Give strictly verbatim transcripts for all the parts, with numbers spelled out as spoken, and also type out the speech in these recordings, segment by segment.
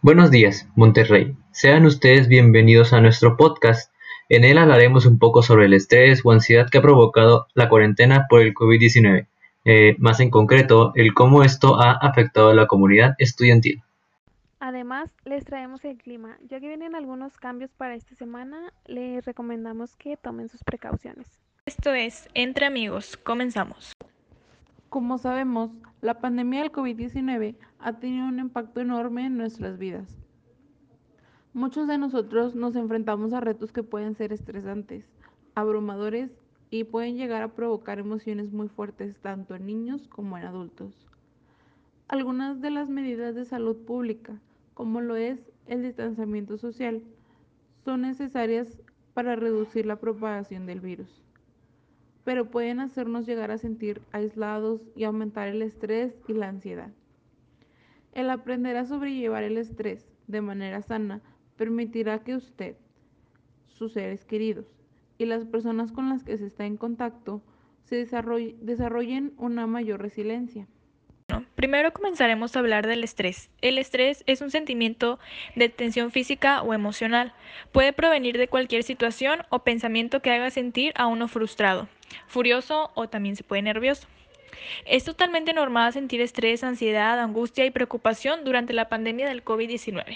Buenos días, Monterrey. Sean ustedes bienvenidos a nuestro podcast. En él hablaremos un poco sobre el estrés o ansiedad que ha provocado la cuarentena por el COVID diecinueve, eh, más en concreto, el cómo esto ha afectado a la comunidad estudiantil. Además, les traemos el clima. Ya que vienen algunos cambios para esta semana, les recomendamos que tomen sus precauciones. Esto es Entre Amigos, comenzamos. Como sabemos, la pandemia del COVID diecinueve ha tenido un impacto enorme en nuestras vidas. Muchos de nosotros nos enfrentamos a retos que pueden ser estresantes, abrumadores y pueden llegar a provocar emociones muy fuertes tanto en niños como en adultos. Algunas de las medidas de salud pública, como lo es el distanciamiento social, son necesarias para reducir la propagación del virus, pero pueden hacernos llegar a sentir aislados y aumentar el estrés y la ansiedad. El aprender a sobrellevar el estrés de manera sana permitirá que usted, sus seres queridos y las personas con las que se está en contacto se desarroll- desarrollen una mayor resiliencia. Primero comenzaremos a hablar del estrés. El estrés es un sentimiento de tensión física o emocional. Puede provenir de cualquier situación o pensamiento que haga sentir a uno frustrado, furioso o también se puede nervioso. Es totalmente normal sentir estrés, ansiedad, angustia y preocupación durante la pandemia del COVID diecinueve.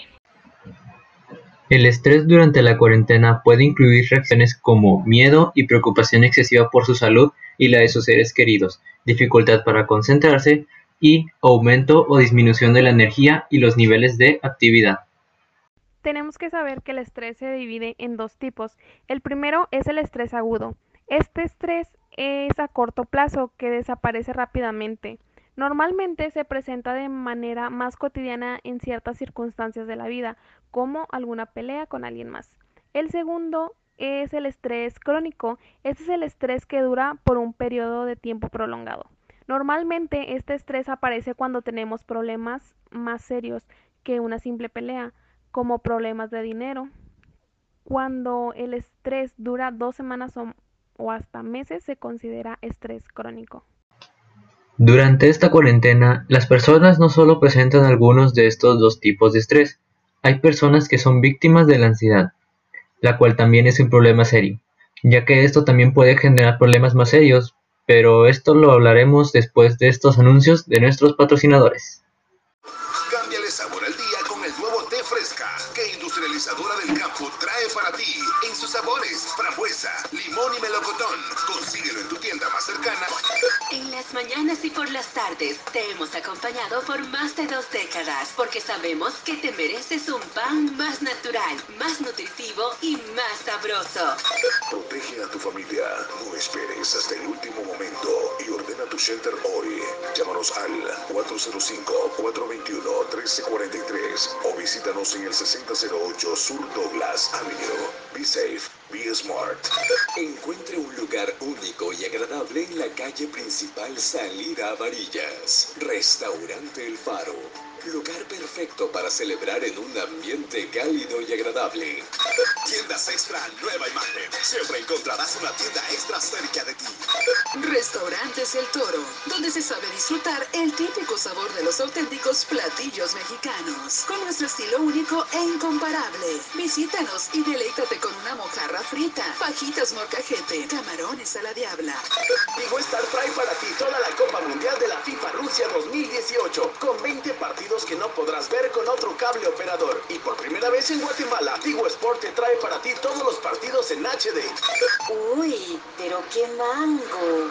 El estrés durante la cuarentena puede incluir reacciones como miedo y preocupación excesiva por su salud y la de sus seres queridos, dificultad para concentrarse y aumento o disminución de la energía y los niveles de actividad. Tenemos que saber que el estrés se divide en dos tipos. El primero es el estrés agudo. Este estrés es a corto plazo que desaparece rápidamente. Normalmente se presenta de manera más cotidiana en ciertas circunstancias de la vida, como alguna pelea con alguien más. El segundo es el estrés crónico. Este es el estrés que dura por un periodo de tiempo prolongado. Normalmente este estrés aparece cuando tenemos problemas más serios que una simple pelea, como problemas de dinero. Cuando el estrés dura dos semanas o, o hasta meses, se considera estrés crónico. Durante esta cuarentena, las personas no solo presentan algunos de estos dos tipos de estrés, hay personas que son víctimas de la ansiedad, la cual también es un problema serio, ya que esto también puede generar problemas más serios, pero esto lo hablaremos después de estos anuncios de nuestros patrocinadores. Cámbiale sabor al día con el nuevo té Fresca, que Industrializadora del Campo trae para ti en sus sabores frambuesa, limón y melocotón. Consíguelo en tu tienda más cercana. En las mañanas y por las tardes te hemos acompañado por más de dos décadas, porque sabemos que te mereces un pan más natural, más nutritivo y más sabroso. Protege a tu familia. No esperes hasta el último momento y ordena tu shelter hoy. Llámanos al cuatro cero cinco, cuatro dos uno, uno tres cuatro tres o visítanos en el sesenta cero ocho Sur Douglas Avenue. Be safe, be smart. Encuentre un lugar único y agradable en la calle principal Salida a Varillas. Restaurante El Faro. Lugar perfecto para celebrar en un ambiente cálido y agradable. Tiendas Extra, nueva imagen. Siempre encontrarás una tienda extra cerca de ti. Restaurantes El Toro, donde se sabe disfrutar el típico sabor de los auténticos platillos mexicanos, con nuestro estilo único e incomparable. Visítanos y deleítate con una mojarra frita, fajitas morcajete, camarones a la diabla. Tigo Star trae para ti toda la Copa Mundial de la FIFA Rusia dos mil dieciocho, con veinte partidos que no podrás ver con otro cable operador. Y por primera vez en Guatemala, Tigo Sport te trae para ti todos los partidos en H D. Uy, pero qué mango.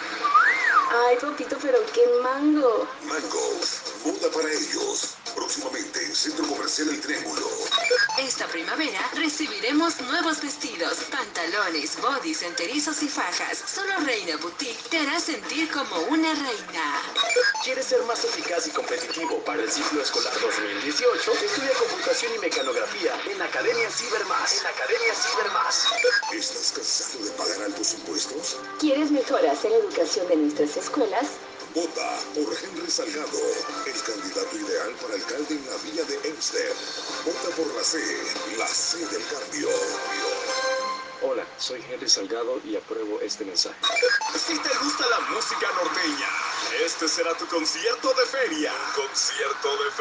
Ay, papito, pero qué mango. Mango, moda para ellos. Próximamente en Centro Comercial El Triángulo. Esta primavera recibiremos nuevos vestidos, pantalones, bodys, enterizos y fajas. Solo Reina Boutique te hará sentir como una reina. ¿Quieres ser más eficaz y competitivo para el ciclo escolar dos mil dieciocho? Estudia computación y mecanografía en Academia Cibermás. En Academia Cibermás. ¿Estás cansado de pagar altos impuestos? ¿Quieres mejoras en la educación de nuestras escuelas? Vota por Henry Salgado, el candidato ideal para alcalde en la villa de Hempstead. Vota por la C, la C del cambio. Hola, soy Henry Salgado y apruebo este mensaje. Si te gusta la música norteña, este será tu concierto de feria. Concierto de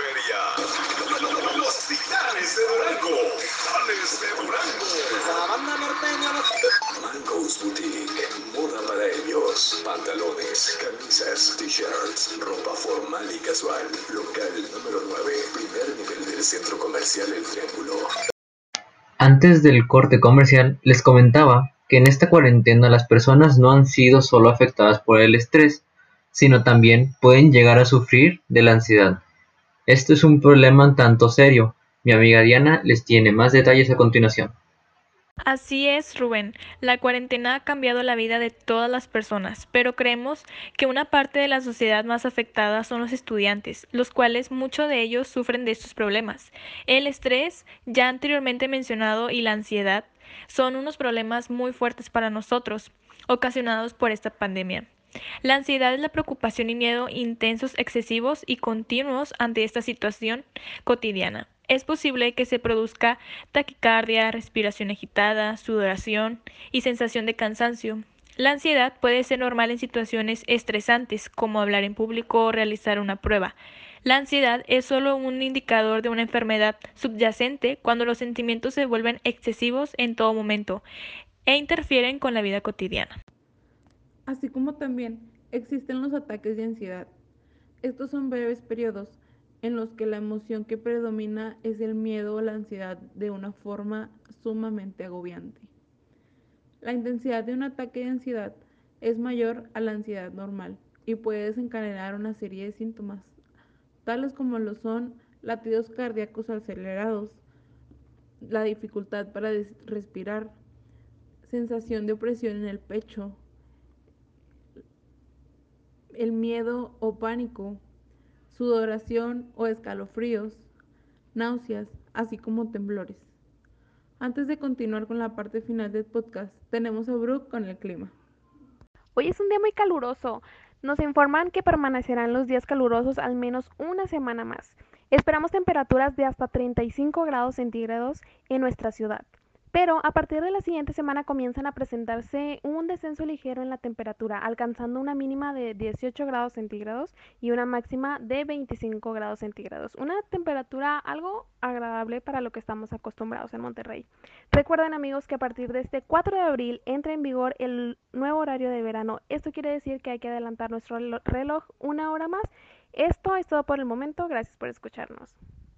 feria. Los Titanes de Durango. Titanes de Durango. La banda norteña. Mangos Boutique. Moda para ellos. Pantalones, camisas, t-shirts, ropa formal y casual. Local número nueve. Primer nivel del centro comercial El Triángulo. Antes del corte comercial, les comentaba que en esta cuarentena las personas no han sido solo afectadas por el estrés, sino también pueden llegar a sufrir de la ansiedad. Esto es un problema tanto serio. Mi amiga Diana les tiene más detalles a continuación. Así es, Rubén. La cuarentena ha cambiado la vida de todas las personas, pero creemos que una parte de la sociedad más afectada son los estudiantes, los cuales muchos de ellos sufren de estos problemas. El estrés, ya anteriormente mencionado, y la ansiedad son unos problemas muy fuertes para nosotros, ocasionados por esta pandemia. La ansiedad es la preocupación y miedo intensos, excesivos y continuos ante esta situación cotidiana. Es posible que se produzca taquicardia, respiración agitada, sudoración y sensación de cansancio. La ansiedad puede ser normal en situaciones estresantes, como hablar en público o realizar una prueba. La ansiedad es solo un indicador de una enfermedad subyacente cuando los sentimientos se vuelven excesivos en todo momento e interfieren con la vida cotidiana. Así como también existen los ataques de ansiedad. Estos son breves periodos en los que la emoción que predomina es el miedo o la ansiedad de una forma sumamente agobiante. La intensidad de un ataque de ansiedad es mayor a la ansiedad normal y puede desencadenar una serie de síntomas, tales como lo son latidos cardíacos acelerados, la dificultad para respirar, sensación de opresión en el pecho, el miedo o pánico, sudoración o escalofríos, náuseas, así como temblores. Antes de continuar con la parte final del podcast, tenemos a Brooke con el clima. Hoy es un día muy caluroso. Nos informan que permanecerán los días calurosos al menos una semana más. Esperamos temperaturas de hasta treinta y cinco grados centígrados en nuestra ciudad. Pero a partir de la siguiente semana comienzan a presentarse un descenso ligero en la temperatura, alcanzando una mínima de dieciocho grados centígrados y una máxima de veinticinco grados centígrados. Una temperatura algo agradable para lo que estamos acostumbrados en Monterrey. Recuerden, amigos, que a partir de este cuatro de abril entra en vigor el nuevo horario de verano. Esto quiere decir que hay que adelantar nuestro reloj una hora más. Esto es todo por el momento. Gracias por escucharnos.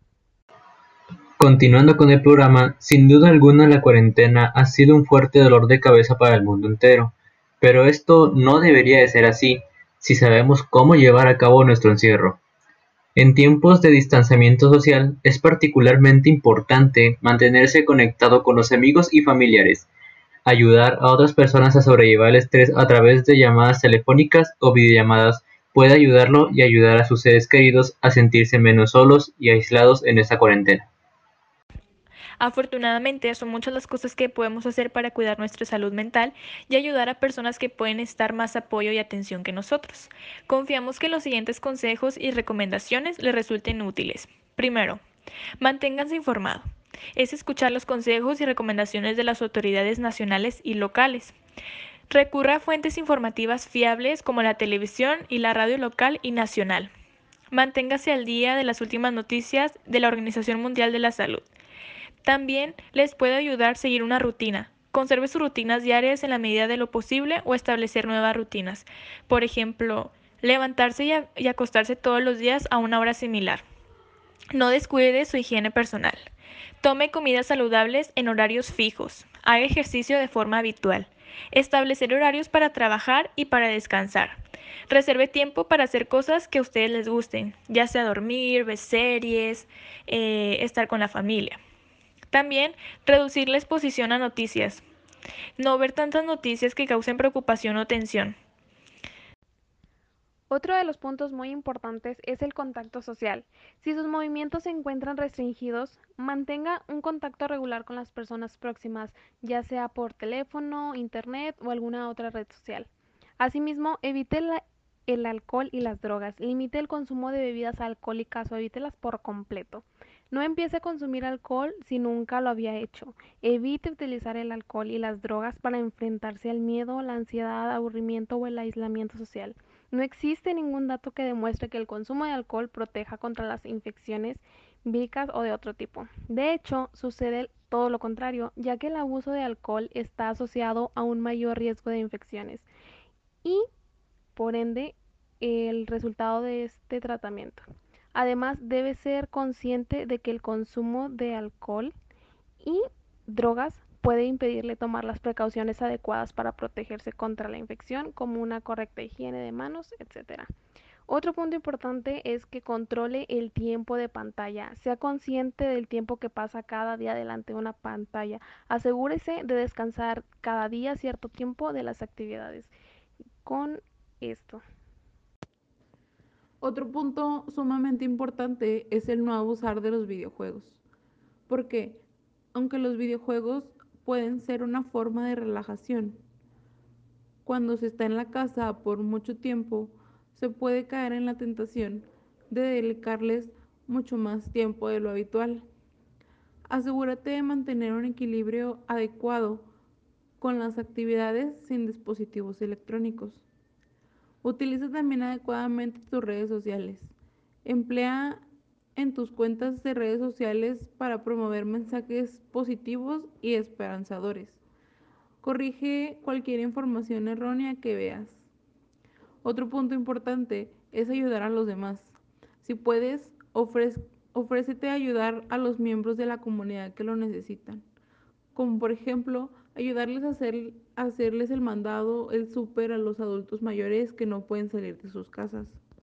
Continuando con el programa, sin duda alguna la cuarentena ha sido un fuerte dolor de cabeza para el mundo entero, pero esto no debería de ser así si sabemos cómo llevar a cabo nuestro encierro. En tiempos de distanciamiento social es particularmente importante mantenerse conectado con los amigos y familiares, ayudar a otras personas a sobrellevar el estrés a través de llamadas telefónicas o videollamadas puede ayudarlo y ayudar a sus seres queridos a sentirse menos solos y aislados en esta cuarentena. Afortunadamente, son muchas las cosas que podemos hacer para cuidar nuestra salud mental y ayudar a personas que pueden necesitar más apoyo y atención que nosotros. Confiamos que los siguientes consejos y recomendaciones les resulten útiles. Primero, manténganse informados. Es escuchar los consejos y recomendaciones de las autoridades nacionales y locales. Recurra a fuentes informativas fiables como la televisión y la radio local y nacional. Manténgase al día de las últimas noticias de la Organización Mundial de la Salud. También les puede ayudar a seguir una rutina. Conserve sus rutinas diarias en la medida de lo posible o establecer nuevas rutinas. Por ejemplo, levantarse y, a- y acostarse todos los días a una hora similar. No descuide su higiene personal. Tome comidas saludables en horarios fijos. Haga ejercicio de forma habitual. Establecer horarios para trabajar y para descansar. Reserve tiempo para hacer cosas que a ustedes les gusten, ya sea dormir, ver series, eh, estar con la familia. También reducir la exposición a noticias. No ver tantas noticias que causen preocupación o tensión. Otro de los puntos muy importantes es el contacto social. Si sus movimientos se encuentran restringidos, mantenga un contacto regular con las personas próximas, ya sea por teléfono, internet o alguna otra red social. Asimismo, evite la- el alcohol y las drogas. Limite el consumo de bebidas alcohólicas o evítelas por completo. No empiece a consumir alcohol si nunca lo había hecho. Evite utilizar el alcohol y las drogas para enfrentarse al miedo, la ansiedad, aburrimiento o el aislamiento social. No existe ningún dato que demuestre que el consumo de alcohol proteja contra las infecciones víricas o de otro tipo. De hecho, sucede todo lo contrario, ya que el abuso de alcohol está asociado a un mayor riesgo de infecciones y, por ende, el resultado de este tratamiento. Además, debe ser consciente de que el consumo de alcohol y drogas puede impedirle tomar las precauciones adecuadas para protegerse contra la infección, como una correcta higiene de manos, etcétera. Otro punto importante es que controle el tiempo de pantalla. Sea consciente del tiempo que pasa cada día delante de una pantalla. Asegúrese de descansar cada día cierto tiempo de las actividades. Con esto. Otro punto sumamente importante es el no abusar de los videojuegos. Porque, aunque los videojuegos pueden ser una forma de relajación, cuando se está en la casa por mucho tiempo, se puede caer en la tentación de dedicarles mucho más tiempo de lo habitual. Asegúrate de mantener un equilibrio adecuado con las actividades sin dispositivos electrónicos. Utiliza también adecuadamente tus redes sociales. Emplea en tus cuentas de redes sociales para promover mensajes positivos y esperanzadores. Corrige cualquier información errónea que veas. Otro punto importante es ayudar a los demás. Si puedes, ofrece, ofrécete a ayudar a los miembros de la comunidad que lo necesitan, como por ejemplo ayudarles a, hacer, a hacerles el mandado, el súper a los adultos mayores que no pueden salir de sus casas.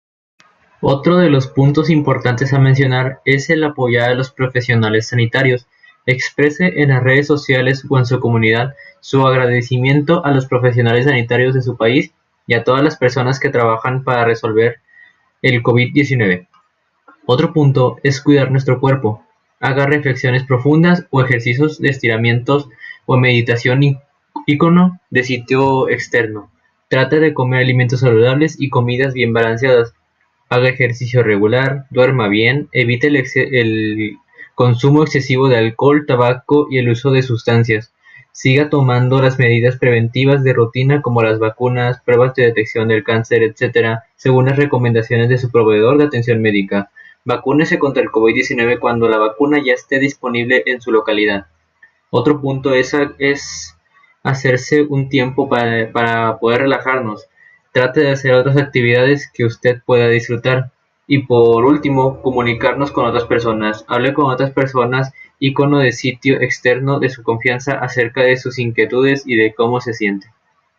Otro de los puntos importantes a mencionar es el apoyar a los profesionales sanitarios. Exprese en las redes sociales o en su comunidad su agradecimiento a los profesionales sanitarios de su país y a todas las personas que trabajan para resolver el COVID diecinueve. Otro punto es cuidar nuestro cuerpo. Haga reflexiones profundas o ejercicios de estiramientos o meditación ícono de sitio externo. Trate de comer alimentos saludables y comidas bien balanceadas. Haga ejercicio regular, duerma bien, evite el, el consumo excesivo de alcohol, tabaco y el uso de sustancias. Siga tomando las medidas preventivas de rutina como las vacunas, pruebas de detección del cáncer, etcétera, según las recomendaciones de su proveedor de atención médica. Vacúnese contra el COVID diecinueve cuando la vacuna ya esté disponible en su localidad. Otro punto es, es hacerse un tiempo para, para poder relajarnos. Trate de hacer otras actividades que usted pueda disfrutar. Y por último, comunicarnos con otras personas. Hable con otras personas, icono de sitio externo de su confianza acerca de sus inquietudes y de cómo se siente.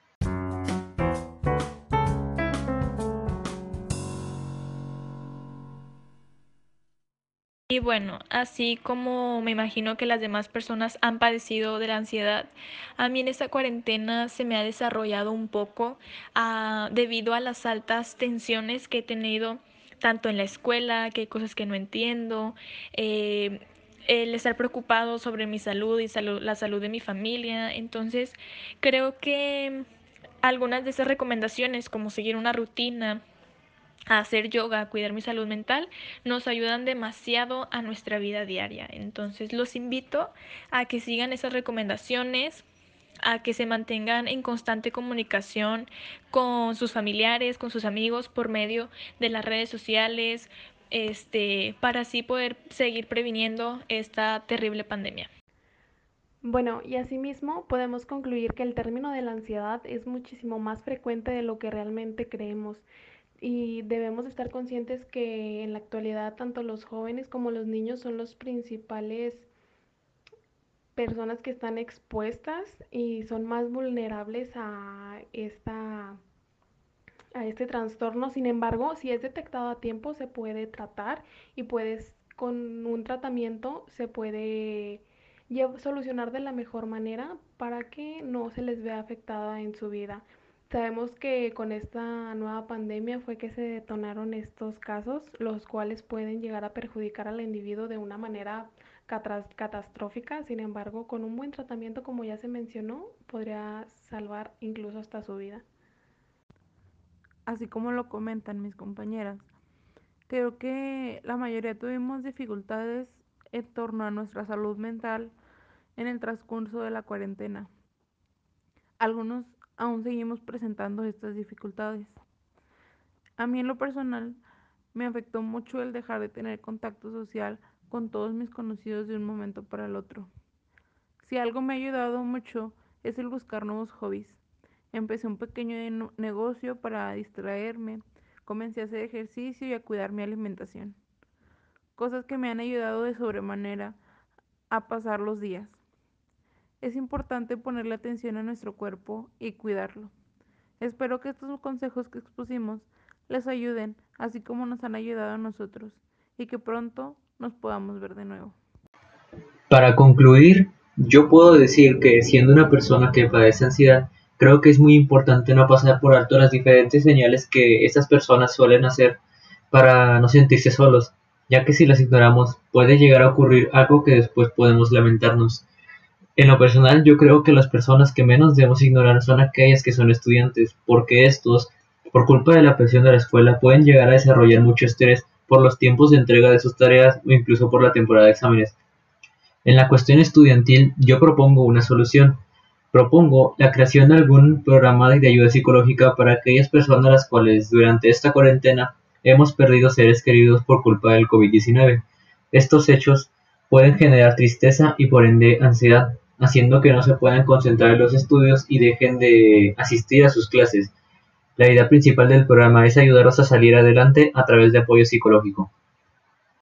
Y bueno, así como me imagino que las demás personas han padecido de la ansiedad, a mí en esta cuarentena se me ha desarrollado un poco uh, debido a las altas tensiones que he tenido tanto en la escuela, que hay cosas que no entiendo, eh, el estar preocupado sobre mi salud y salud, la salud de mi familia. Entonces creo que algunas de esas recomendaciones, como seguir una rutina, a hacer yoga, a cuidar mi salud mental, nos ayudan demasiado a nuestra vida diaria. Entonces los invito a que sigan esas recomendaciones, a que se mantengan en constante comunicación con sus familiares, con sus amigos por medio de las redes sociales, este, para así poder seguir previniendo esta terrible pandemia. Bueno, y asimismo podemos concluir que el término de la ansiedad es muchísimo más frecuente de lo que realmente creemos. Y debemos estar conscientes que en la actualidad tanto los jóvenes como los niños son los principales personas que están expuestas y son más vulnerables a esta a este trastorno. Sin embargo, si es detectado a tiempo se puede tratar y puedes con un tratamiento se puede solucionar de la mejor manera para que no se les vea afectada en su vida. Sabemos que con esta nueva pandemia fue que se detonaron estos casos, los cuales pueden llegar a perjudicar al individuo de una manera catastrófica. Sin embargo, con un buen tratamiento, como ya se mencionó, podría salvar incluso hasta su vida. así como lo comentan mis compañeras. Creo que la mayoría tuvimos dificultades en torno a nuestra salud mental en el transcurso de la cuarentena. Algunos aún seguimos presentando estas dificultades. A mí en lo personal me afectó mucho el dejar de tener contacto social con todos mis conocidos de un momento para el otro. Si algo me ha ayudado mucho es el buscar nuevos hobbies. Empecé un pequeño ne- negocio para distraerme, comencé a hacer ejercicio y a cuidar mi alimentación. Cosas que me han ayudado de sobremanera a pasar los días. Es importante ponerle atención a nuestro cuerpo y cuidarlo. Espero que estos consejos que expusimos les ayuden, así como nos han ayudado a nosotros, y que pronto nos podamos ver de nuevo. Para concluir, yo puedo decir que siendo una persona que padece ansiedad, creo que es muy importante no pasar por alto las diferentes señales que estas personas suelen hacer para no sentirse solos, ya que si las ignoramos puede llegar a ocurrir algo que después podemos lamentarnos. En lo personal, yo creo que las personas que menos debemos ignorar son aquellas que son estudiantes, porque estos, por culpa de la presión de la escuela, pueden llegar a desarrollar mucho estrés por los tiempos de entrega de sus tareas o incluso por la temporada de exámenes. En la cuestión estudiantil, yo propongo una solución. Propongo la creación de algún programa de ayuda psicológica para aquellas personas a las cuales durante esta cuarentena hemos perdido seres queridos por culpa del COVID diecinueve. Estos hechos pueden generar tristeza y por ende ansiedad, haciendo que no se puedan concentrar en los estudios y dejen de asistir a sus clases. La idea principal del programa es ayudarlos a salir adelante a través de apoyo psicológico.